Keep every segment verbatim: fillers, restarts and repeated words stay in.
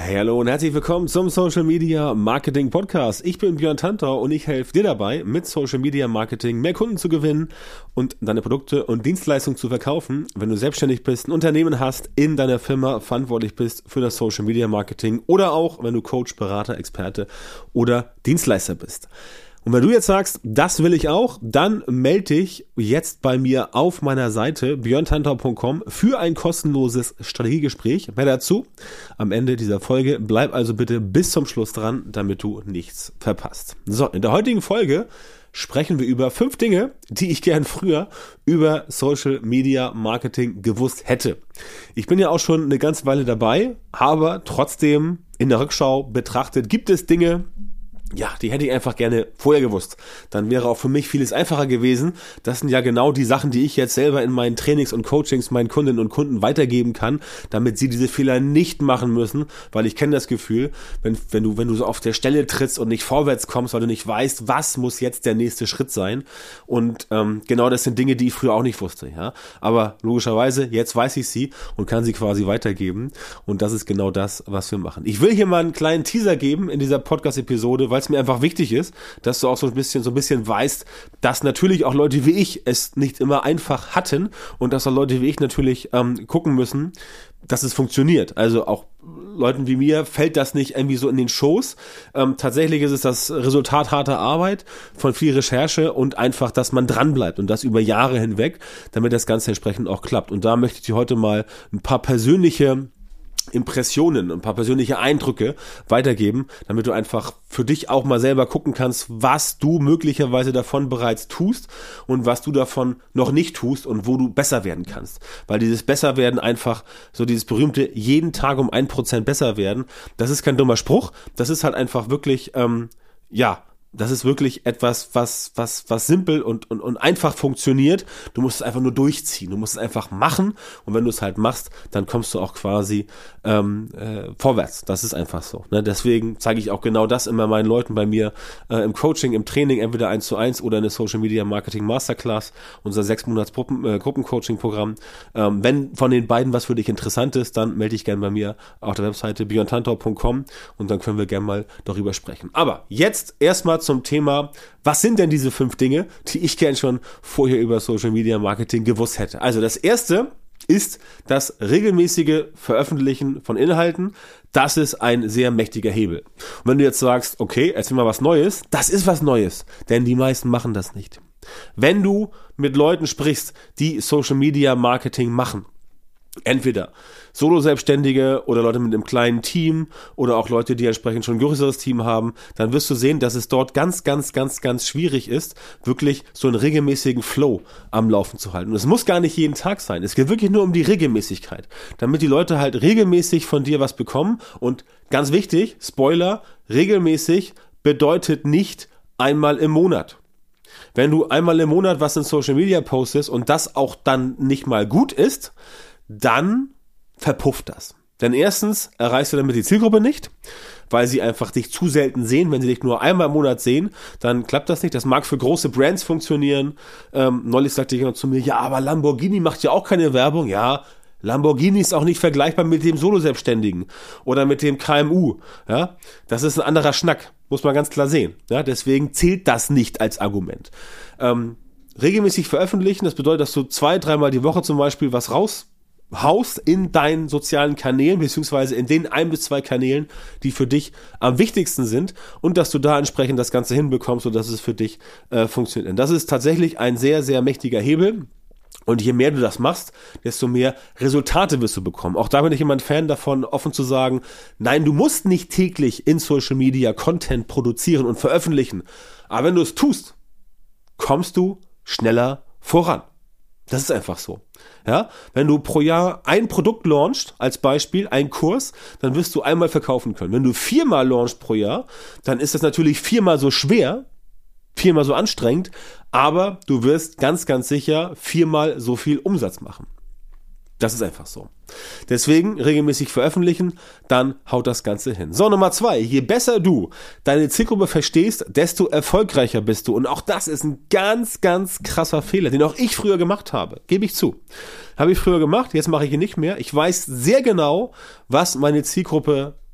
Hey, hallo und herzlich willkommen zum Social Media Marketing Podcast. Ich bin Björn Tantau und ich helfe dir dabei, mit Social Media Marketing mehr Kunden zu gewinnen und deine Produkte und Dienstleistungen zu verkaufen, wenn du selbstständig bist, ein Unternehmen hast, in deiner Firma verantwortlich bist für das Social Media Marketing oder auch, wenn du Coach, Berater, Experte oder Dienstleister bist. Und wenn du jetzt sagst, das will ich auch, dann melde dich jetzt bei mir auf meiner Seite björn tantau punkt com für ein kostenloses Strategiegespräch. Mehr dazu am Ende dieser Folge. Bleib also bitte bis zum Schluss dran, damit du nichts verpasst. So, in der heutigen Folge sprechen wir über fünf Dinge, die ich gern früher über Social Media Marketing gewusst hätte. Ich bin ja auch schon eine ganze Weile dabei, aber trotzdem in der Rückschau betrachtet gibt es Dinge, ja, die hätte ich einfach gerne vorher gewusst. Dann wäre auch für mich vieles einfacher gewesen. Das sind ja genau die Sachen, die ich jetzt selber in meinen Trainings und Coachings meinen Kundinnen und Kunden weitergeben kann, damit sie diese Fehler nicht machen müssen, weil ich kenne das Gefühl, wenn, wenn du, wenn du so auf der Stelle trittst und nicht vorwärts kommst, weil du nicht weißt, was muss jetzt der nächste Schritt sein. Und ähm, genau das sind Dinge, die ich früher auch nicht wusste. Ja, aber logischerweise, jetzt weiß ich sie und kann sie quasi weitergeben. Und das ist genau das, was wir machen. Ich will hier mal einen kleinen Teaser geben in dieser Podcast-Episode, weil es mir einfach wichtig ist, dass du auch so ein bisschen so ein bisschen weißt, dass natürlich auch Leute wie ich es nicht immer einfach hatten und dass auch Leute wie ich natürlich ähm, gucken müssen, dass es funktioniert. Also auch Leuten wie mir fällt das nicht irgendwie so in den Schoß. Ähm, tatsächlich ist es das Resultat harter Arbeit, von viel Recherche und einfach, dass man dran bleibt und das über Jahre hinweg, damit das Ganze entsprechend auch klappt. Und da möchte ich dir heute mal ein paar persönliche Impressionen, ein paar persönliche Eindrücke weitergeben, damit du einfach für dich auch mal selber gucken kannst, was du möglicherweise davon bereits tust und was du davon noch nicht tust und wo du besser werden kannst. Weil dieses Besserwerden einfach, so dieses berühmte jeden Tag um ein Prozent besser werden, das ist kein dummer Spruch, das ist halt einfach wirklich, ähm, ja, das ist wirklich etwas, was was was simpel und, und und einfach funktioniert. Du musst es einfach nur durchziehen. Du musst es einfach machen. Und wenn du es halt machst, dann kommst du auch quasi ähm, äh, vorwärts. Das ist einfach so. Ne? Deswegen zeige ich auch genau das immer meinen Leuten bei mir äh, im Coaching, im Training, entweder eins zu eins oder eine Social Media Marketing Masterclass, unser sechs Monats Gruppen, äh, Gruppencoaching-Programm. Ähm, wenn von den beiden was für dich interessant ist, dann melde dich gerne bei mir auf der Webseite björn tantau punkt com und dann können wir gerne mal darüber sprechen. Aber jetzt erstmal zum Thema, was sind denn diese fünf Dinge, die ich gern schon vorher über Social Media Marketing gewusst hätte. Also das erste ist das regelmäßige Veröffentlichen von Inhalten. Das ist ein sehr mächtiger Hebel. Und wenn du jetzt sagst, okay, erzähl mal was Neues, das ist was Neues, denn die meisten machen das nicht. Wenn du mit Leuten sprichst, die Social Media Marketing machen, entweder Solo-Selbstständige oder Leute mit einem kleinen Team oder auch Leute, die entsprechend schon ein größeres Team haben, dann wirst du sehen, dass es dort ganz, ganz, ganz, ganz schwierig ist, wirklich so einen regelmäßigen Flow am Laufen zu halten. Und es muss gar nicht jeden Tag sein. Es geht wirklich nur um die Regelmäßigkeit, damit die Leute halt regelmäßig von dir was bekommen. Und ganz wichtig, Spoiler, regelmäßig bedeutet nicht einmal im Monat. Wenn du einmal im Monat was in Social Media postest und das auch dann nicht mal gut ist, dann verpufft das. Denn erstens erreichst du damit die Zielgruppe nicht, weil sie einfach dich zu selten sehen. Wenn sie dich nur einmal im Monat sehen, dann klappt das nicht. Das mag für große Brands funktionieren. Ähm, neulich sagte jemand zu mir, ja, aber Lamborghini macht ja auch keine Werbung. Ja, Lamborghini ist auch nicht vergleichbar mit dem Solo-Selbstständigen oder mit dem K M U. Ja, das ist ein anderer Schnack, muss man ganz klar sehen. Ja, deswegen zählt das nicht als Argument. Ähm, regelmäßig veröffentlichen, das bedeutet, dass du zwei, dreimal die Woche zum Beispiel was raus haust in deinen sozialen Kanälen, beziehungsweise in den ein bis zwei Kanälen, die für dich am wichtigsten sind und dass du da entsprechend das Ganze hinbekommst, sodass es für dich äh, funktioniert. Und das ist tatsächlich ein sehr, sehr mächtiger Hebel. Und je mehr du das machst, desto mehr Resultate wirst du bekommen. Auch da bin ich immer ein Fan davon, offen zu sagen, nein, du musst nicht täglich in Social Media Content produzieren und veröffentlichen. Aber wenn du es tust, kommst du schneller voran. Das ist einfach so. Ja, wenn du pro Jahr ein Produkt launchst, als Beispiel, ein Kurs, dann wirst du einmal verkaufen können. Wenn du viermal launchst pro Jahr, dann ist das natürlich viermal so schwer, viermal so anstrengend, aber du wirst ganz, ganz sicher viermal so viel Umsatz machen. Das ist einfach so. Deswegen regelmäßig veröffentlichen, dann haut das Ganze hin. So, Nummer zwei. Je besser du deine Zielgruppe verstehst, desto erfolgreicher bist du. Und auch das ist ein ganz, ganz krasser Fehler, den auch ich früher gemacht habe. Gebe ich zu. Habe ich früher gemacht, jetzt mache ich ihn nicht mehr. Ich weiß sehr genau, was meine Zielgruppe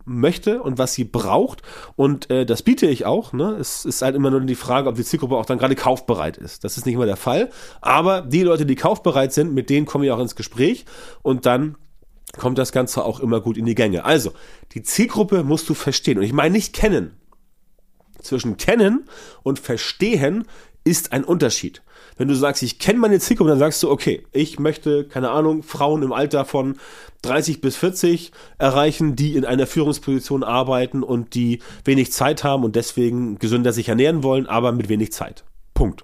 möchte und was sie braucht und äh, das biete ich auch. Ne? Es ist halt immer nur die Frage, ob die Zielgruppe auch dann gerade kaufbereit ist. Das ist nicht immer der Fall, aber die Leute, die kaufbereit sind, mit denen komme ich auch ins Gespräch und dann kommt das Ganze auch immer gut in die Gänge. Also, die Zielgruppe musst du verstehen und ich meine nicht kennen. Zwischen kennen und verstehen ist ein Unterschied. Wenn du sagst, ich kenne meine Zielgruppe, dann sagst du, okay, ich möchte, keine Ahnung, Frauen im Alter von dreißig bis vierzig erreichen, die in einer Führungsposition arbeiten und die wenig Zeit haben und deswegen gesünder sich ernähren wollen, aber mit wenig Zeit. Punkt.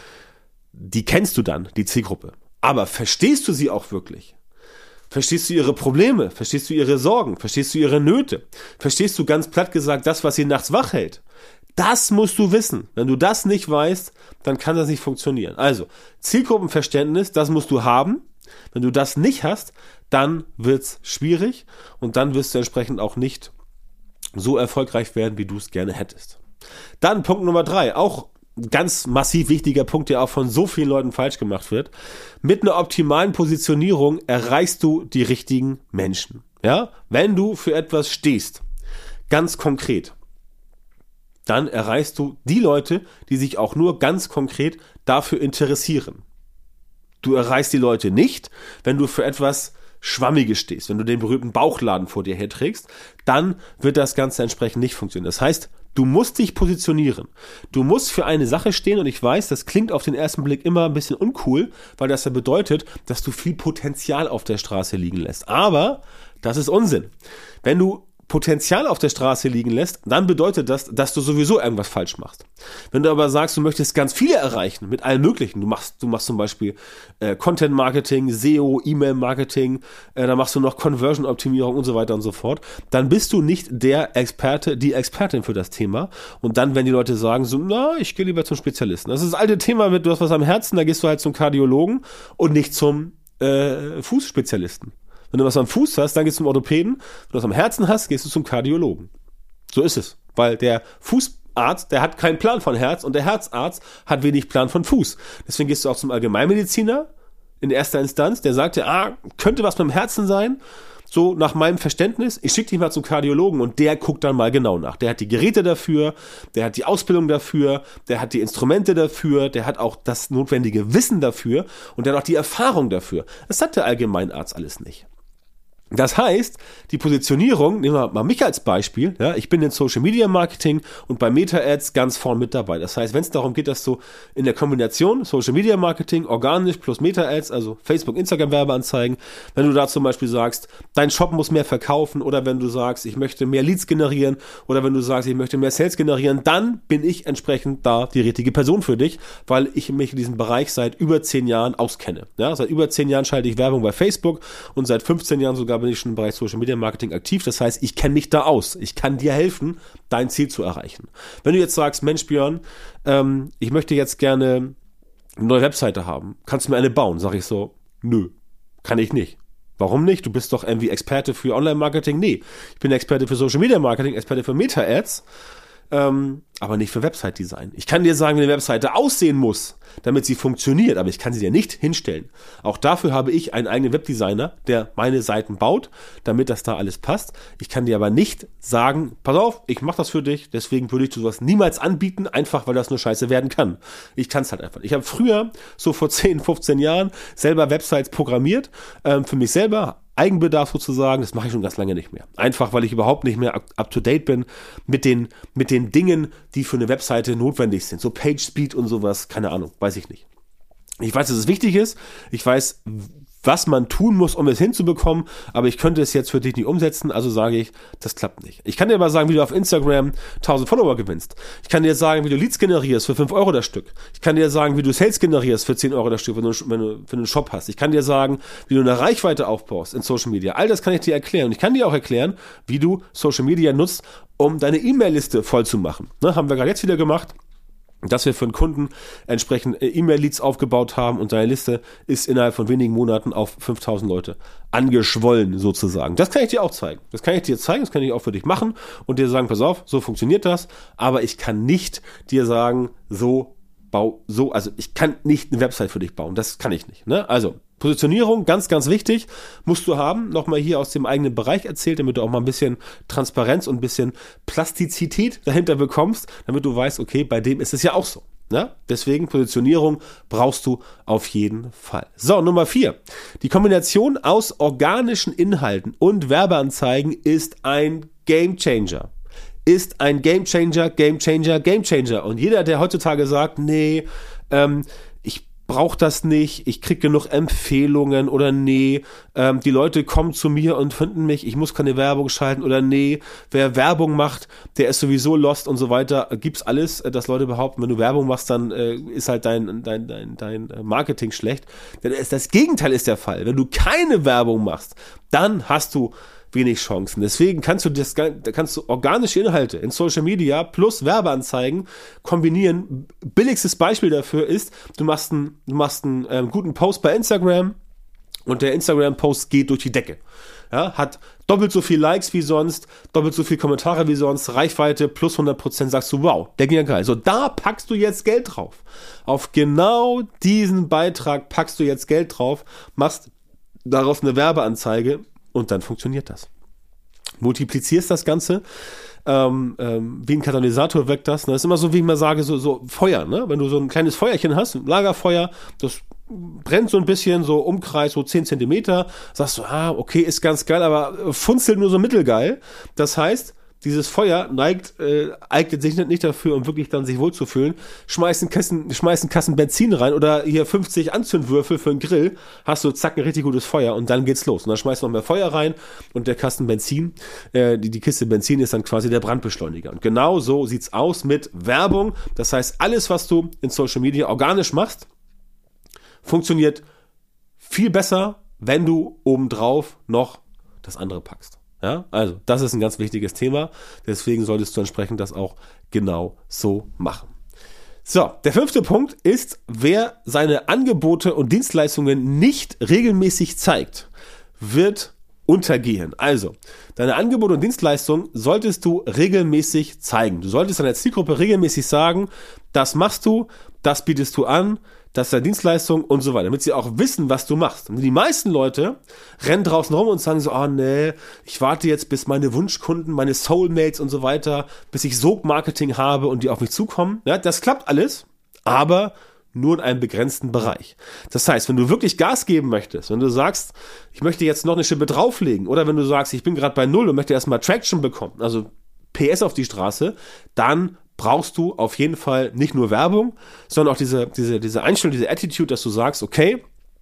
Die kennst du dann, die Zielgruppe. Aber verstehst du sie auch wirklich? Verstehst du ihre Probleme? Verstehst du ihre Sorgen? Verstehst du ihre Nöte? Verstehst du ganz platt gesagt das, was sie nachts wach hält? Das musst du wissen. Wenn du das nicht weißt, dann kann das nicht funktionieren. Also, Zielgruppenverständnis, das musst du haben. Wenn du das nicht hast, dann wird's schwierig und dann wirst du entsprechend auch nicht so erfolgreich werden, wie du es gerne hättest. Dann Punkt Nummer drei, auch ganz massiv wichtiger Punkt, der auch von so vielen Leuten falsch gemacht wird. Mit einer optimalen Positionierung erreichst du die richtigen Menschen. Ja, wenn du für etwas stehst, ganz konkret, dann erreichst du die Leute, die sich auch nur ganz konkret dafür interessieren. Du erreichst die Leute nicht, wenn du für etwas Schwammiges stehst, wenn du den berühmten Bauchladen vor dir herträgst, dann wird das Ganze entsprechend nicht funktionieren. Das heißt, du musst dich positionieren. Du musst für eine Sache stehen und ich weiß, das klingt auf den ersten Blick immer ein bisschen uncool, weil das ja bedeutet, dass du viel Potenzial auf der Straße liegen lässt. Aber das ist Unsinn. Wenn du Potenzial auf der Straße liegen lässt, dann bedeutet das, dass du sowieso irgendwas falsch machst. Wenn du aber sagst, du möchtest ganz viele erreichen mit allem Möglichen, du machst, du machst zum Beispiel äh, Content Marketing, S E O, E-Mail Marketing, äh, dann machst du noch Conversion Optimierung und so weiter und so fort, dann bist du nicht der Experte, die Expertin für das Thema und dann, wenn die Leute sagen, so, na, ich gehe lieber zum Spezialisten. Das ist das alte Thema mit, du hast was am Herzen, da gehst du halt zum Kardiologen und nicht zum äh, Fußspezialisten. Wenn du was am Fuß hast, dann gehst du zum Orthopäden. Wenn du was am Herzen hast, gehst du zum Kardiologen. So ist es. Weil der Fußarzt, der hat keinen Plan von Herz und der Herzarzt hat wenig Plan von Fuß. Deswegen gehst du auch zum Allgemeinmediziner in erster Instanz. Der sagt dir, ah, könnte was mit dem Herzen sein. So nach meinem Verständnis, ich schicke dich mal zum Kardiologen und der guckt dann mal genau nach. Der hat die Geräte dafür, der hat die Ausbildung dafür, der hat die Instrumente dafür, der hat auch das notwendige Wissen dafür und der hat auch die Erfahrung dafür. Das hat der Allgemeinarzt alles nicht. Das heißt, die Positionierung, nehmen wir mal mich als Beispiel, ja, ich bin in Social Media Marketing und bei Meta Ads ganz vorn mit dabei. Das heißt, wenn es darum geht, dass du in der Kombination Social Media Marketing, organisch plus Meta Ads, also Facebook, Instagram Werbeanzeigen, wenn du da zum Beispiel sagst, dein Shop muss mehr verkaufen oder wenn du sagst, ich möchte mehr Leads generieren oder wenn du sagst, ich möchte mehr Sales generieren, dann bin ich entsprechend da die richtige Person für dich, weil ich mich in diesem Bereich seit über zehn Jahren auskenne. Ja, seit über zehn Jahren schalte ich Werbung bei Facebook und seit fünfzehn Jahren sogar bin ich schon im Bereich Social Media Marketing aktiv. Das heißt, ich kenne mich da aus. Ich kann dir helfen, dein Ziel zu erreichen. Wenn du jetzt sagst, Mensch Björn, ähm, ich möchte jetzt gerne eine neue Webseite haben. Kannst du mir eine bauen? Sag ich so, nö, kann ich nicht. Warum nicht? Du bist doch irgendwie Experte für Online-Marketing. Nee, ich bin Experte für Social Media Marketing, Experte für Meta-Ads. Ähm, aber nicht für Website-Design. Ich kann dir sagen, wie eine Webseite aussehen muss, damit sie funktioniert, aber ich kann sie dir nicht hinstellen. Auch dafür habe ich einen eigenen Webdesigner, der meine Seiten baut, damit das da alles passt. Ich kann dir aber nicht sagen, pass auf, ich mache das für dich, deswegen würde ich sowas niemals anbieten, einfach weil das nur scheiße werden kann. Ich kann es halt einfach nicht. Ich habe früher, so vor zehn, fünfzehn Jahren, selber Websites programmiert, ähm, für mich selber, Eigenbedarf sozusagen, das mache ich schon ganz lange nicht mehr. Einfach, weil ich überhaupt nicht mehr up-to-date bin mit den, mit den Dingen, die für eine Webseite notwendig sind. So PageSpeed und sowas, keine Ahnung, weiß ich nicht. Ich weiß, dass es wichtig ist. Ich weiß, was man tun muss, um es hinzubekommen, aber ich könnte es jetzt für dich nicht umsetzen, also sage ich, das klappt nicht. Ich kann dir aber sagen, wie du auf Instagram tausend Follower gewinnst. Ich kann dir sagen, wie du Leads generierst für fünf Euro das Stück. Ich kann dir sagen, wie du Sales generierst für zehn Euro das Stück, wenn du, wenn du, wenn du einen Shop hast. Ich kann dir sagen, wie du eine Reichweite aufbaust in Social Media. All das kann ich dir erklären. Und ich kann dir auch erklären, wie du Social Media nutzt, um deine E-Mail-Liste voll zu machen. Ne, haben wir gerade jetzt wieder gemacht, dass wir für einen Kunden entsprechend E-Mail-Leads aufgebaut haben und seine Liste ist innerhalb von wenigen Monaten auf fünftausend Leute angeschwollen sozusagen. Das kann ich dir auch zeigen. Das kann ich dir zeigen, das kann ich auch für dich machen und dir sagen, pass auf, so funktioniert das, aber ich kann nicht dir sagen, so bau so, also ich kann nicht eine Website für dich bauen, das kann ich nicht, ne? Also Positionierung, ganz, ganz wichtig, musst du haben, nochmal hier aus dem eigenen Bereich erzählt, damit du auch mal ein bisschen Transparenz und ein bisschen Plastizität dahinter bekommst, damit du weißt, okay, bei dem ist es ja auch so. Ja? Deswegen Positionierung brauchst du auf jeden Fall. So, Nummer vier. Die Kombination aus organischen Inhalten und Werbeanzeigen ist ein Gamechanger. Ist ein Gamechanger, Gamechanger, Gamechanger. Und jeder, der heutzutage sagt, nee, ähm, ich brauche das nicht, ich kriege genug Empfehlungen oder nee, ähm, die Leute kommen zu mir und finden mich, ich muss keine Werbung schalten oder nee, wer Werbung macht, der ist sowieso lost und so weiter, gibt's alles, dass Leute behaupten, wenn du Werbung machst, dann äh, ist halt dein, dein, dein, dein Marketing schlecht. Denn das Gegenteil ist der Fall. Wenn du keine Werbung machst, dann hast du wenig Chancen. Deswegen kannst du das, kannst du organische Inhalte in Social Media plus Werbeanzeigen kombinieren. Billigstes Beispiel dafür ist, du machst einen, du machst einen ähm, guten Post bei Instagram und der Instagram-Post geht durch die Decke. Ja, hat doppelt so viel Likes wie sonst, doppelt so viel Kommentare wie sonst, Reichweite plus hundert Prozent, sagst du, wow, der ging ja geil. So, da packst du jetzt Geld drauf. Auf genau diesen Beitrag packst du jetzt Geld drauf, machst daraus eine Werbeanzeige, und dann funktioniert das. Multiplizierst das Ganze, ähm, ähm, wie ein Katalysator wirkt das. Ne? Das ist immer so, wie ich mal sage, so, so Feuer. Ne? Wenn du so ein kleines Feuerchen hast, ein Lagerfeuer, das brennt so ein bisschen, so Umkreis, so zehn Zentimeter, sagst du, ah, okay, ist ganz geil, aber funzelt nur so mittelgeil. Das heißt, dieses Feuer neigt, äh, eignet sich nicht dafür, um wirklich dann sich wohlzufühlen. Schmeißen Kassen, schmeißen Kassen Benzin rein oder hier fünfzig Anzündwürfel für einen Grill, hast du zack ein richtig gutes Feuer und dann geht's los. Und dann schmeißt du noch mehr Feuer rein und der Kasten Benzin, äh, die, die Kiste Benzin ist dann quasi der Brandbeschleuniger. Und genau so sieht's aus mit Werbung. Das heißt, alles, was du in Social Media organisch machst, funktioniert viel besser, wenn du obendrauf noch das andere packst. Ja, also das ist ein ganz wichtiges Thema, deswegen solltest du entsprechend das auch genau so machen. So, der fünfte Punkt ist, wer seine Angebote und Dienstleistungen nicht regelmäßig zeigt, wird untergehen. Also, deine Angebote und Dienstleistungen solltest du regelmäßig zeigen. Du solltest deiner Zielgruppe regelmäßig sagen, das machst du, das bietest du an, das ist deine Dienstleistung und so weiter, damit sie auch wissen, was du machst. Und die meisten Leute rennen draußen rum und sagen so, oh nee, ich warte jetzt, bis meine Wunschkunden, meine Soulmates und so weiter, bis ich Sog-Marketing habe und die auf mich zukommen. Ja, das klappt alles, aber nur in einem begrenzten Bereich. Das heißt, wenn du wirklich Gas geben möchtest, wenn du sagst, ich möchte jetzt noch eine Schippe drauflegen, oder wenn du sagst, ich bin gerade bei Null und möchte erstmal Traction bekommen, also P S auf die Straße, dann brauchst du auf jeden Fall nicht nur Werbung, sondern auch diese, diese, diese Einstellung, diese Attitude, dass du sagst, okay,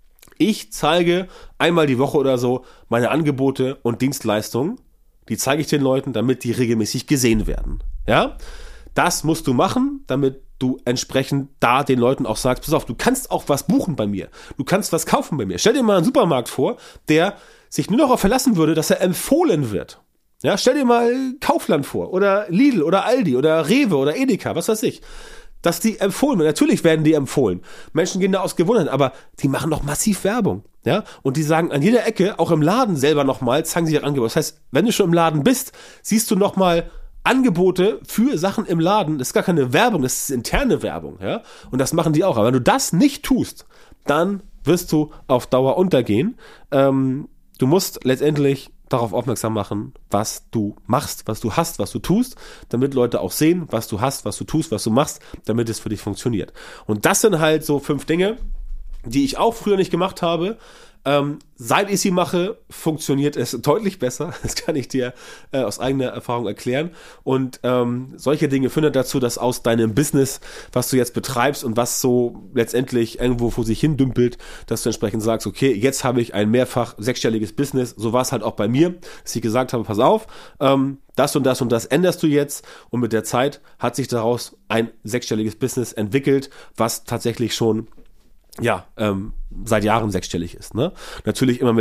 ich zeige einmal die Woche oder so meine Angebote und Dienstleistungen, die zeige ich den Leuten, damit die regelmäßig gesehen werden. Ja, das musst du machen, damit du entsprechend da den Leuten auch sagst, pass auf, du kannst auch was buchen bei mir, du kannst was kaufen bei mir. Stell dir mal einen Supermarkt vor, der sich nur darauf verlassen würde, dass er empfohlen wird. Ja, stell dir mal Kaufland vor oder Lidl oder Aldi oder Rewe oder Edeka, was weiß ich, dass die empfohlen werden. Natürlich werden die empfohlen. Menschen gehen da aus Gewohnheit, aber die machen noch massiv Werbung. Ja, und die sagen an jeder Ecke, auch im Laden selber nochmal, zeigen sie ihr Angebot. Das heißt, wenn du schon im Laden bist, siehst du nochmal Angebote für Sachen im Laden. Das ist gar keine Werbung, das ist interne Werbung. Ja, und das machen die auch. Aber wenn du das nicht tust, dann wirst du auf Dauer untergehen. Ähm, du musst letztendlich darauf aufmerksam machen, was du machst, was du hast, was du tust, damit Leute auch sehen, was du hast, was du tust, was du machst, damit es für dich funktioniert. Und das sind halt so fünf Dinge, die ich auch früher nicht gemacht habe. Ähm, seit ich sie mache, funktioniert es deutlich besser. Das kann ich dir äh, aus eigener Erfahrung erklären. Und ähm, solche Dinge führen dazu, dass aus deinem Business, was du jetzt betreibst und was so letztendlich irgendwo vor sich hin dümpelt, dass du entsprechend sagst, okay, jetzt habe ich ein mehrfach sechsstelliges Business. So war es halt auch bei mir, dass ich gesagt habe, pass auf, ähm, das und das und das änderst du jetzt. Und mit der Zeit hat sich daraus ein sechsstelliges Business entwickelt, was tatsächlich schon ja, ähm, seit Jahren sechsstellig ist. Ne? Natürlich immer mit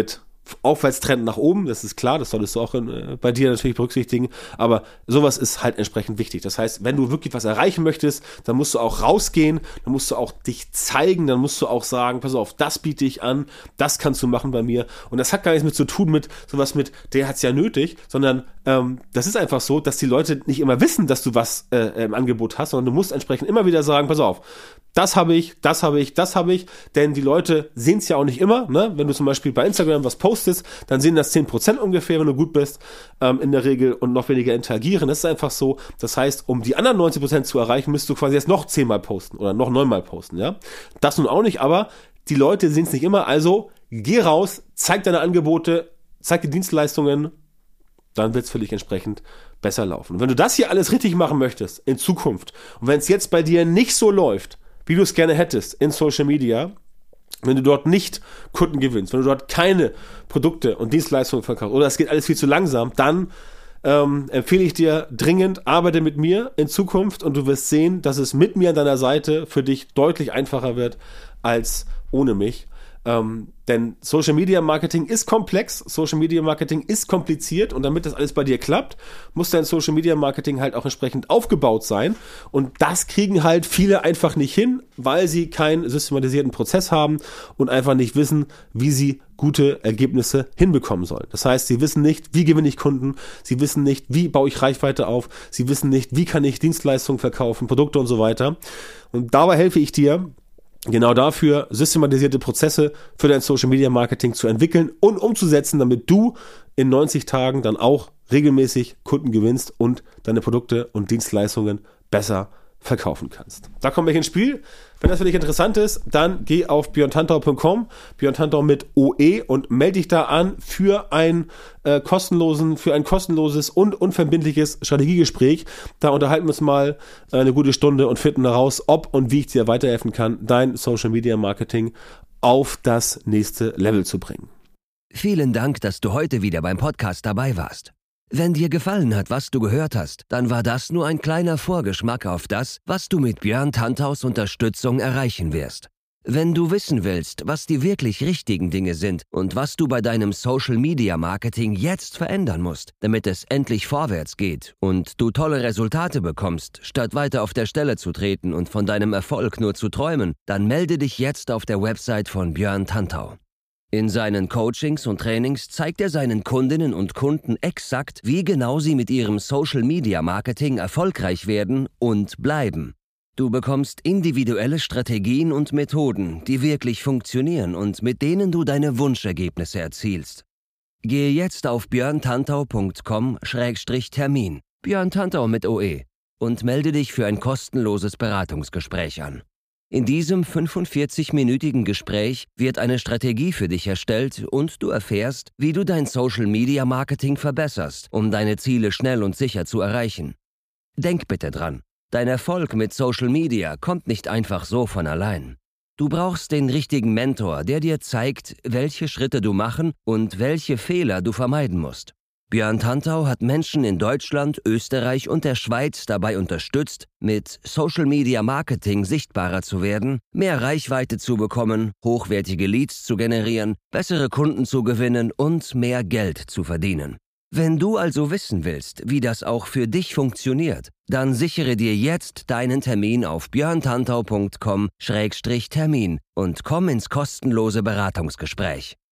Aufwärtstrend nach oben, das ist klar, das solltest du auch in, äh, bei dir natürlich berücksichtigen, aber sowas ist halt entsprechend wichtig. Das heißt, wenn du wirklich was erreichen möchtest, dann musst du auch rausgehen, dann musst du auch dich zeigen, dann musst du auch sagen, pass auf, das biete ich an, das kannst du machen bei mir, und das hat gar nichts mit zu tun mit sowas mit, der hat's ja nötig, sondern ähm, das ist einfach so, dass die Leute nicht immer wissen, dass du was äh, im Angebot hast, sondern du musst entsprechend immer wieder sagen, pass auf, das habe ich, das habe ich, das habe ich, denn die Leute sehen es ja auch nicht immer, ne? Wenn du zum Beispiel bei Instagram was postest, dann sehen das zehn Prozent ungefähr, wenn du gut bist, ähm, in der Regel, und noch weniger interagieren. Das ist einfach so. Das heißt, um die anderen neunzig Prozent zu erreichen, müsst du quasi jetzt noch zehnmal posten oder noch neunmal posten, ja? Das nun auch nicht, aber die Leute sehen es nicht immer, also geh raus, zeig deine Angebote, zeig die Dienstleistungen, dann wird es für dich entsprechend besser laufen. Und wenn du das hier alles richtig machen möchtest in Zukunft, und wenn es jetzt bei dir nicht so läuft, wie du es gerne hättest in Social Media, wenn du dort nicht Kunden gewinnst, wenn du dort keine Produkte und Dienstleistungen verkaufst, oder es geht alles viel zu langsam, dann ähm, empfehle ich dir dringend, arbeite mit mir in Zukunft, und du wirst sehen, dass es mit mir an deiner Seite für dich deutlich einfacher wird als ohne mich. Ähm, denn Social Media Marketing ist komplex, Social Media Marketing ist kompliziert, und damit das alles bei dir klappt, muss dein Social Media Marketing halt auch entsprechend aufgebaut sein, und das kriegen halt viele einfach nicht hin, weil sie keinen systematisierten Prozess haben und einfach nicht wissen, wie sie gute Ergebnisse hinbekommen sollen. Das heißt, sie wissen nicht, wie gewinne ich Kunden, sie wissen nicht, wie baue ich Reichweite auf, sie wissen nicht, wie kann ich Dienstleistungen verkaufen, Produkte und so weiter, und dabei helfe ich dir, genau dafür systematisierte Prozesse für dein Social Media Marketing zu entwickeln und umzusetzen, damit du in neunzig Tagen dann auch regelmäßig Kunden gewinnst und deine Produkte und Dienstleistungen besser verkaufen kannst. Da kommen wir ins Spiel. Wenn das für dich interessant ist, dann geh auf björn tantau punkt com, Björn Tantau mit O E, und melde dich da an für ein äh, kostenlosen, für ein kostenloses und unverbindliches Strategiegespräch. Da unterhalten wir uns mal äh, eine gute Stunde und finden heraus, ob und wie ich dir weiterhelfen kann, dein Social Media Marketing auf das nächste Level zu bringen. Vielen Dank, dass du heute wieder beim Podcast dabei warst. Wenn dir gefallen hat, was du gehört hast, dann war das nur ein kleiner Vorgeschmack auf das, was du mit Björn Tantaus Unterstützung erreichen wirst. Wenn du wissen willst, was die wirklich richtigen Dinge sind und was du bei deinem Social Media Marketing jetzt verändern musst, damit es endlich vorwärts geht und du tolle Resultate bekommst, statt weiter auf der Stelle zu treten und von deinem Erfolg nur zu träumen, dann melde dich jetzt auf der Website von Björn Tantau. In seinen Coachings und Trainings zeigt er seinen Kundinnen und Kunden exakt, wie genau sie mit ihrem Social-Media-Marketing erfolgreich werden und bleiben. Du bekommst individuelle Strategien und Methoden, die wirklich funktionieren und mit denen du deine Wunschergebnisse erzielst. Gehe jetzt auf björn tantau punkt com Schrägstrich Termin, Björn Tantau mit O E, und melde dich für ein kostenloses Beratungsgespräch an. In diesem fünfundvierzig-minütigen Gespräch wird eine Strategie für dich erstellt und du erfährst, wie du dein Social-Media-Marketing verbesserst, um deine Ziele schnell und sicher zu erreichen. Denk bitte dran, dein Erfolg mit Social Media kommt nicht einfach so von allein. Du brauchst den richtigen Mentor, der dir zeigt, welche Schritte du machen und welche Fehler du vermeiden musst. Björn Tantau hat Menschen in Deutschland, Österreich und der Schweiz dabei unterstützt, mit Social Media Marketing sichtbarer zu werden, mehr Reichweite zu bekommen, hochwertige Leads zu generieren, bessere Kunden zu gewinnen und mehr Geld zu verdienen. Wenn du also wissen willst, wie das auch für dich funktioniert, dann sichere dir jetzt deinen Termin auf björn tantau punkt com Schrägstrich Termin und komm ins kostenlose Beratungsgespräch.